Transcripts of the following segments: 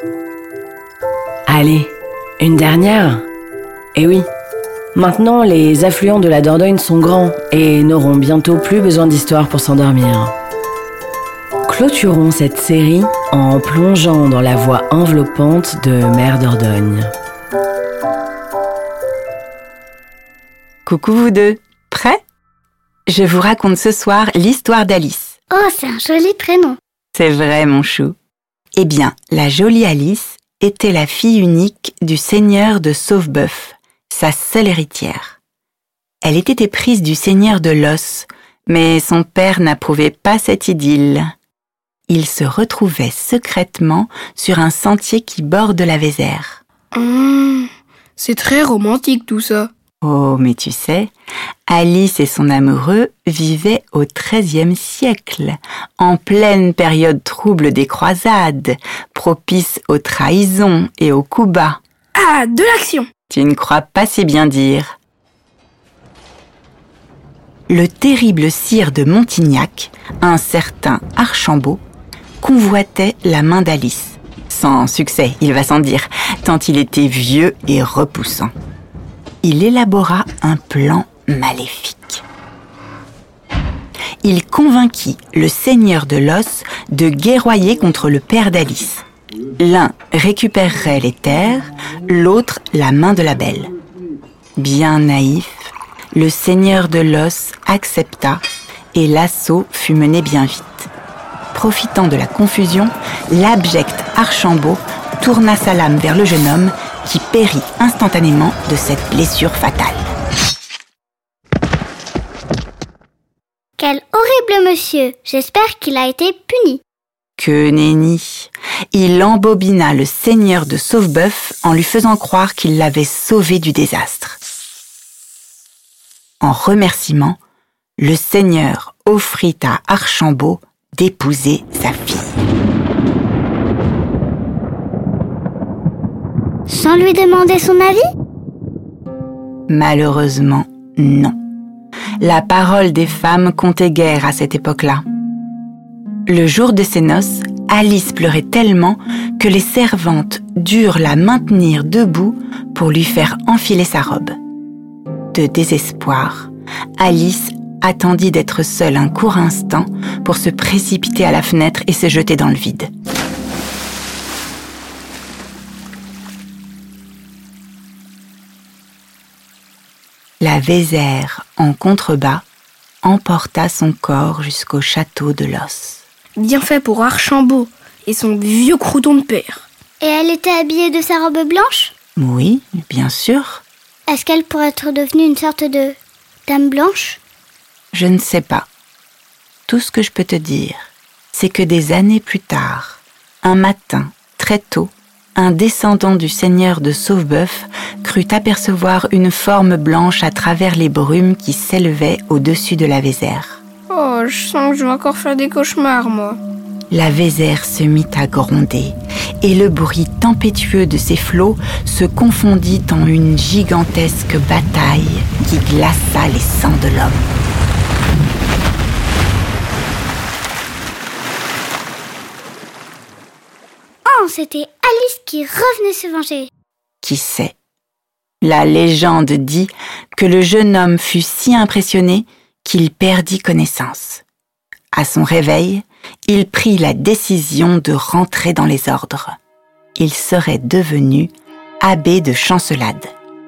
Allez, une dernière. Eh oui, maintenant les affluents de la Dordogne sont grands et n'auront bientôt plus besoin d'histoire pour s'endormir. Clôturons cette série en plongeant dans la voie enveloppante de Mère Dordogne. Coucou vous deux, prêts ? Je vous raconte ce soir l'histoire d'Alice. Oh, c'est un joli prénom. C'est vrai, mon chou. Eh bien, la jolie Alice était la fille unique du seigneur de Sauveboeuf, sa seule héritière. Elle était éprise du seigneur de Los, mais son père n'approuvait pas cette idylle. Il se retrouvait secrètement sur un sentier qui borde la Vézère. C'est très romantique tout ça. Oh, mais tu sais, Alice et son amoureux vivaient au XIIIe siècle, en pleine période trouble des croisades, propice aux trahisons et aux coups bas. Ah, de l'action! Tu ne crois pas si bien dire. Le terrible sire de Montignac, un certain Archambault, convoitait la main d'Alice. Sans succès, il va sans dire, tant il était vieux et repoussant. Il élabora un plan maléfique. Il convainquit le seigneur de Los de guerroyer contre le père d'Alice. L'un récupérerait les terres, l'autre la main de la belle. Bien naïf, le seigneur de Los accepta et l'assaut fut mené bien vite. Profitant de la confusion, l'abject Archambault tourna sa lame vers le jeune homme qui périt instantanément de cette blessure fatale. Quel horrible monsieur! J'espère qu'il a été puni. Que nenni! Il embobina le seigneur de Sauveboeuf en lui faisant croire qu'il l'avait sauvé du désastre. En remerciement, le seigneur offrit à Archambault d'épouser sa fille. Sans lui demander son avis? Malheureusement, non. La parole des femmes comptait guère à cette époque-là. Le jour de ses noces, Alice pleurait tellement que les servantes durent la maintenir debout pour lui faire enfiler sa robe. De désespoir, Alice attendit d'être seule un court instant pour se précipiter à la fenêtre et se jeter dans le vide. La Vézère, en contrebas, emporta son corps jusqu'au château de Los. Bien fait pour Archambault et son vieux crouton de père. Et elle était habillée de sa robe blanche? Oui, bien sûr. Est-ce qu'elle pourrait être devenue une sorte de dame blanche? Je ne sais pas. Tout ce que je peux te dire, c'est que des années plus tard, un matin, très tôt, un descendant du seigneur de Sauveboeuf crut apercevoir une forme blanche à travers les brumes qui s'élevaient au-dessus de la Vézère. Oh, je sens que je vais encore faire des cauchemars, moi. La Vézère se mit à gronder et le bruit tempétueux de ses flots se confondit en une gigantesque bataille qui glaça les sangs de l'homme. Oh, c'était Alice qui revenait se venger. Qui sait? La légende dit que le jeune homme fut si impressionné qu'il perdit connaissance. À son réveil, il prit la décision de rentrer dans les ordres. Il serait devenu abbé de Chancelade.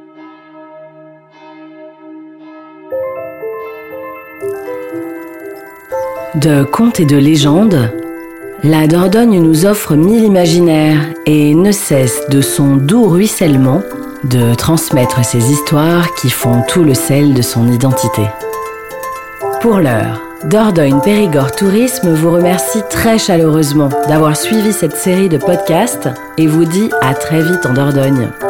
De contes et de légendes, la Dordogne nous offre 1000 imaginaires et ne cesse de son doux ruissellement de transmettre ces histoires qui font tout le sel de son identité. Pour l'heure, Dordogne Périgord Tourisme vous remercie très chaleureusement d'avoir suivi cette série de podcasts et vous dit à très vite en Dordogne.